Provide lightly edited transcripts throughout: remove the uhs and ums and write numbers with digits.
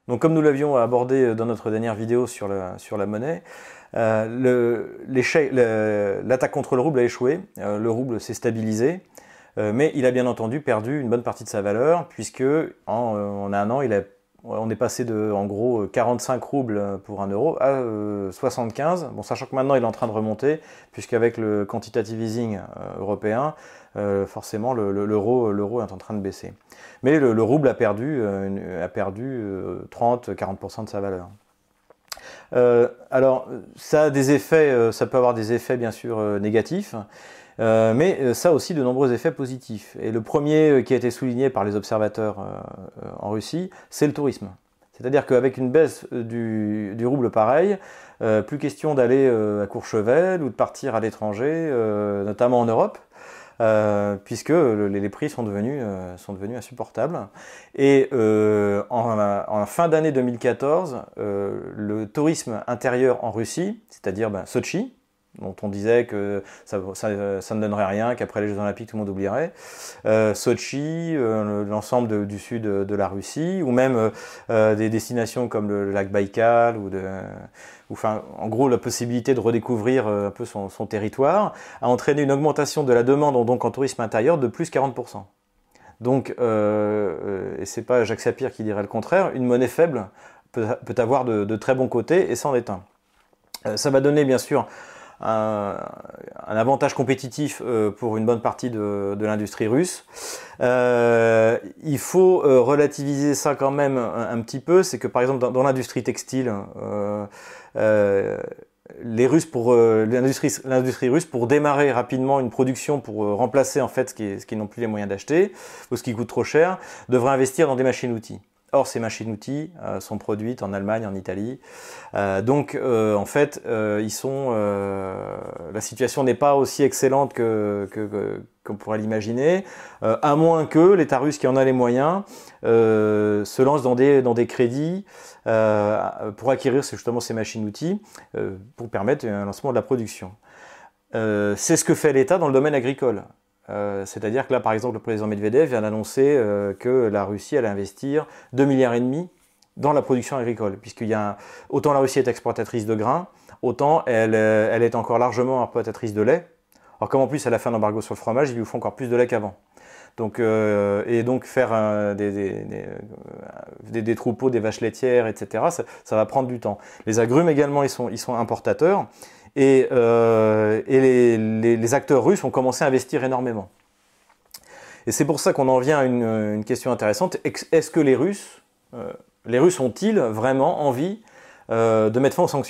Donc comme nous l'avions abordé dans notre dernière vidéo sur la monnaie, l'attaque contre le rouble a échoué, le rouble s'est stabilisé, mais il a bien entendu perdu une bonne partie de sa valeur, puisque en un an, on est passé de, en gros, 45 roubles pour 1 euro à 75. Bon, sachant que maintenant il est en train de remonter, puisqu'avec le quantitative easing européen, forcément l'euro est en train de baisser. Mais le rouble a perdu 30-40% de sa valeur. Alors, ça a des effets, ça peut avoir des effets bien sûr négatifs, mais ça a aussi de nombreux effets positifs. Et le premier qui a été souligné par les observateurs en Russie, c'est le tourisme. C'est-à-dire qu'avec une baisse du rouble pareil, plus question d'aller à Courchevel ou de partir à l'étranger, notamment en Europe, puisque les prix sont devenus insupportables. Et en fin d'année 2014, le tourisme intérieur en Russie, c'est-à-dire Sotchi, dont on disait que ça ne donnerait rien, qu'après les Jeux Olympiques tout le monde oublierait, Sotchi, l'ensemble du sud de la Russie, ou même des destinations comme le lac Baïkal, enfin, en gros la possibilité de redécouvrir un peu son territoire, a entraîné une augmentation de la demande donc en tourisme intérieur de plus 40%. Donc, et c'est pas Jacques Sapir qui dirait le contraire, une monnaie faible peut avoir de très bons côtés et c'en est un. Ça va donner bien sûr un avantage compétitif pour une bonne partie de l'industrie russe. Il faut relativiser ça quand même un petit peu, c'est que par exemple dans l'industrie textile, l'industrie russe, pour démarrer rapidement une production, pour remplacer en fait ce qu'ils n'ont plus les moyens d'acheter, ou ce qui coûte trop cher, devrait investir dans des machines-outils. Or, ces machines-outils sont produites en Allemagne, en Italie. Donc, en fait, la situation n'est pas aussi excellente qu'on pourrait l'imaginer, à moins que l'État russe, qui en a les moyens, se lance dans des crédits pour acquérir justement ces machines-outils, pour permettre un lancement de la production. C'est ce que fait l'État dans le domaine agricole. C'est-à-dire que là, par exemple, le président Medvedev vient d'annoncer que la Russie allait investir 2,5 milliards dans la production agricole, autant la Russie est exportatrice de grains, autant elle est encore largement exportatrice de lait. Alors comme en plus elle a fait un embargo sur le fromage, ils lui font encore plus de lait qu'avant. Donc, et donc faire des troupeaux, des vaches laitières, etc., ça va prendre du temps. Les agrumes également, ils sont importateurs. Et les acteurs russes ont commencé à investir énormément. Et c'est pour ça qu'on en vient à une question intéressante. Est-ce que les Russes ont-ils vraiment envie de mettre fin aux sanctions ?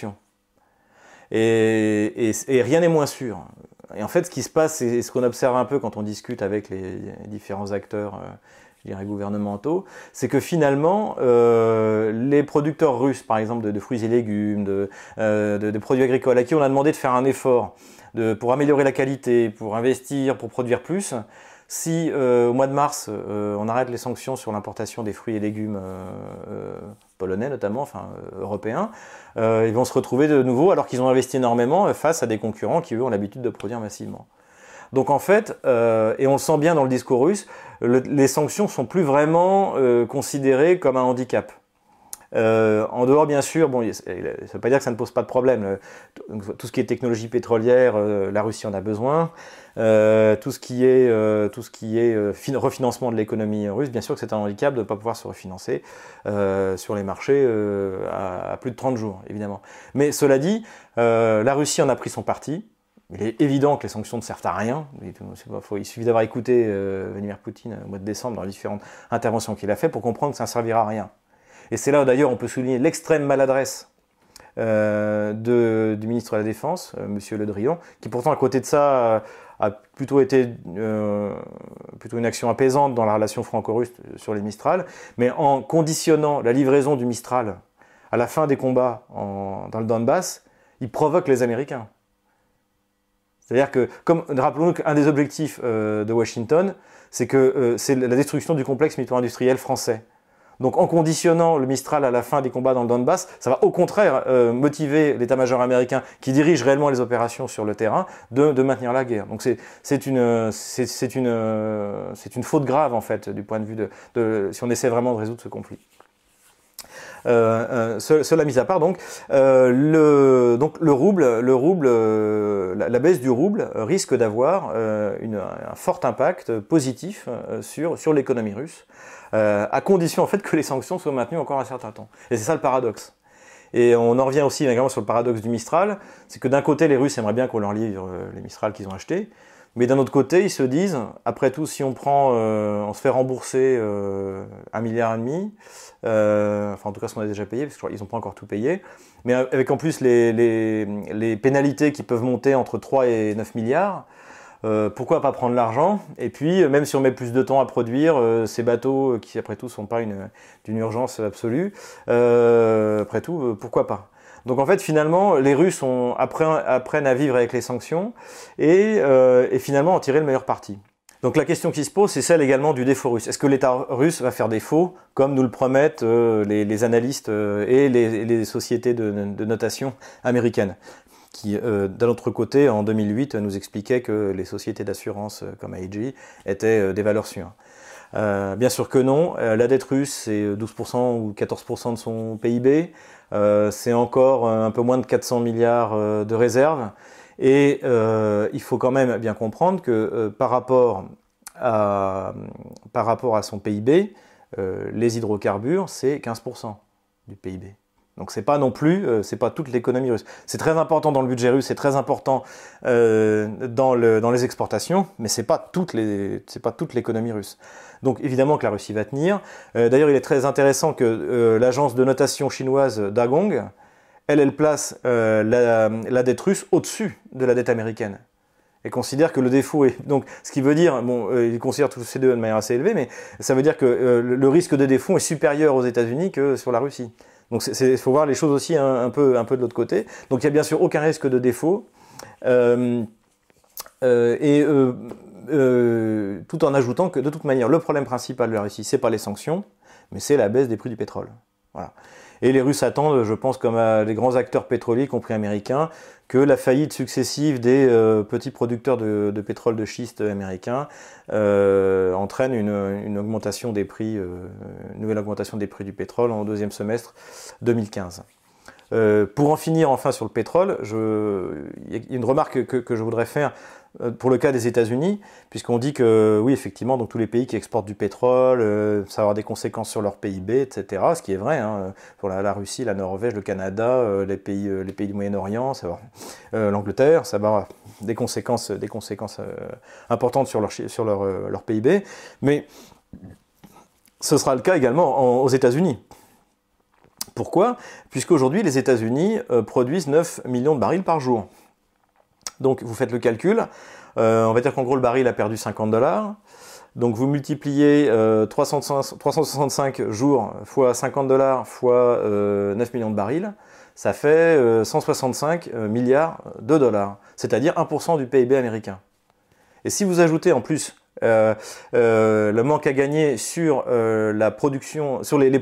Et rien n'est moins sûr. Et en fait, ce qui se passe, et ce qu'on observe un peu quand on discute avec les différents acteurs, je dirais gouvernementaux, c'est que finalement, les producteurs russes, par exemple de fruits et légumes, de produits agricoles, à qui on a demandé de faire un effort pour améliorer la qualité, pour investir, pour produire plus, si au mois de mars, on arrête les sanctions sur l'importation des fruits et légumes polonais notamment, enfin européens, ils vont se retrouver de nouveau, alors qu'ils ont investi énormément, face à des concurrents qui, eux, ont l'habitude de produire massivement. Donc en fait, et on le sent bien dans le discours russe, les sanctions sont plus vraiment considérées comme un handicap. En dehors, bien sûr, bon, ça ne veut pas dire que ça ne pose pas de problème. Tout ce qui est technologie pétrolière, la Russie en a besoin. Tout ce qui est refinancement de l'économie russe, bien sûr que c'est un handicap de ne pas pouvoir se refinancer sur les marchés à plus de 30 jours, évidemment. Mais cela dit, la Russie en a pris son parti. Il est évident que les sanctions ne servent à rien. Il suffit d'avoir écouté Vladimir Poutine au mois de décembre dans les différentes interventions qu'il a fait pour comprendre que ça ne servira à rien. Et c'est là d'ailleurs on peut souligner l'extrême maladresse du ministre de la Défense, Monsieur Le Drian, qui pourtant à côté de ça a plutôt été plutôt une action apaisante dans la relation franco-russe sur les Mistral, mais en conditionnant la livraison du Mistral à la fin des combats dans le Donbass, il provoque les Américains. C'est-à-dire que, rappelons-nous qu'un des objectifs de Washington, c'est la destruction du complexe militaro-industriel français. Donc en conditionnant le Mistral à la fin des combats dans le Donbass, ça va au contraire motiver l'état-major américain qui dirige réellement les opérations sur le terrain de maintenir la guerre. Donc c'est une faute grave en fait du point de vue si on essaie vraiment de résoudre ce conflit. Cela mis à part, donc, le rouble, la baisse du rouble risque d'avoir un fort impact positif sur l'économie russe, à condition en fait que les sanctions soient maintenues encore un certain temps. Et c'est ça le paradoxe. Et on en revient aussi également sur le paradoxe du Mistral, c'est que d'un côté les Russes aimeraient bien qu'on leur livre les Mistral qu'ils ont achetés, mais d'un autre côté ils se disent, après tout si on se fait rembourser 1,5 milliard, enfin en tout cas ce qu'on a déjà payé, parce qu'ils n'ont pas encore tout payé, mais avec en plus les pénalités qui peuvent monter entre 3 et 9 milliards, pourquoi pas prendre l'argent? Et puis, même si on met plus de temps à produire ces bateaux qui, après tout, ne sont pas d'une urgence absolue, après tout, pourquoi pas? Donc en fait, finalement, les Russes apprennent à vivre avec les sanctions et finalement en tirer le meilleur parti. Donc la question qui se pose, c'est celle également du défaut russe. Est-ce que l'État russe va faire défaut, comme nous le promettent les analystes et les sociétés de notation américaines, qui, d'un autre côté, en 2008, nous expliquaient que les sociétés d'assurance comme AIG étaient des valeurs sûres. Bien sûr que non. La dette russe, c'est 12% ou 14% de son PIB. C'est encore un peu moins de 400 milliards de réserves. Et il faut quand même bien comprendre que par rapport à son PIB, les hydrocarbures, c'est 15% du PIB. Donc c'est pas non plus, c'est pas toute l'économie russe. C'est très important dans le budget russe, c'est très important dans les exportations, mais c'est pas toute l'économie russe. Donc évidemment que la Russie va tenir. D'ailleurs, il est très intéressant que l'agence de notation chinoise Dagong, elle place la dette russe au-dessus de la dette américaine. Et considère que le défaut est... Donc, ce qui veut dire, bon, ils considèrent tous ces deux de manière assez élevée, mais ça veut dire que le risque de défaut est supérieur aux États-Unis que sur la Russie. Donc il faut voir les choses aussi un peu de l'autre côté. Donc il n'y a bien sûr aucun risque de défaut, tout en ajoutant que de toute manière, le problème principal de la Russie, c'est pas les sanctions, mais c'est la baisse des prix du pétrole. Voilà. Et les Russes attendent, je pense, comme les grands acteurs pétroliers, y compris américains, que la faillite successive des petits producteurs de pétrole de schiste américains entraîne une augmentation des prix, une nouvelle augmentation des prix du pétrole en deuxième semestre 2015. Pour en finir enfin sur le pétrole, il y a une remarque que je voudrais faire pour le cas des États-Unis, puisqu'on dit que oui, effectivement, donc tous les pays qui exportent du pétrole, ça va avoir des conséquences sur leur PIB, etc. Ce qui est vrai, hein, pour la Russie, la Norvège, le Canada, les pays du Moyen-Orient, l'Angleterre, ça va avoir des conséquences importantes sur leur PIB. Mais ce sera le cas également aux États-Unis. Pourquoi? Puisqu'aujourd'hui, les États-Unis produisent 9 millions de barils par jour. Donc, vous faites le calcul. On va dire qu'en gros, le baril a perdu $50. Donc, vous multipliez 365 jours fois $50 fois 9 millions de barils. Ça fait 165 milliards de dollars. C'est-à-dire 1% du PIB américain. Et si vous ajoutez en plus le manque à gagner sur la production, sur les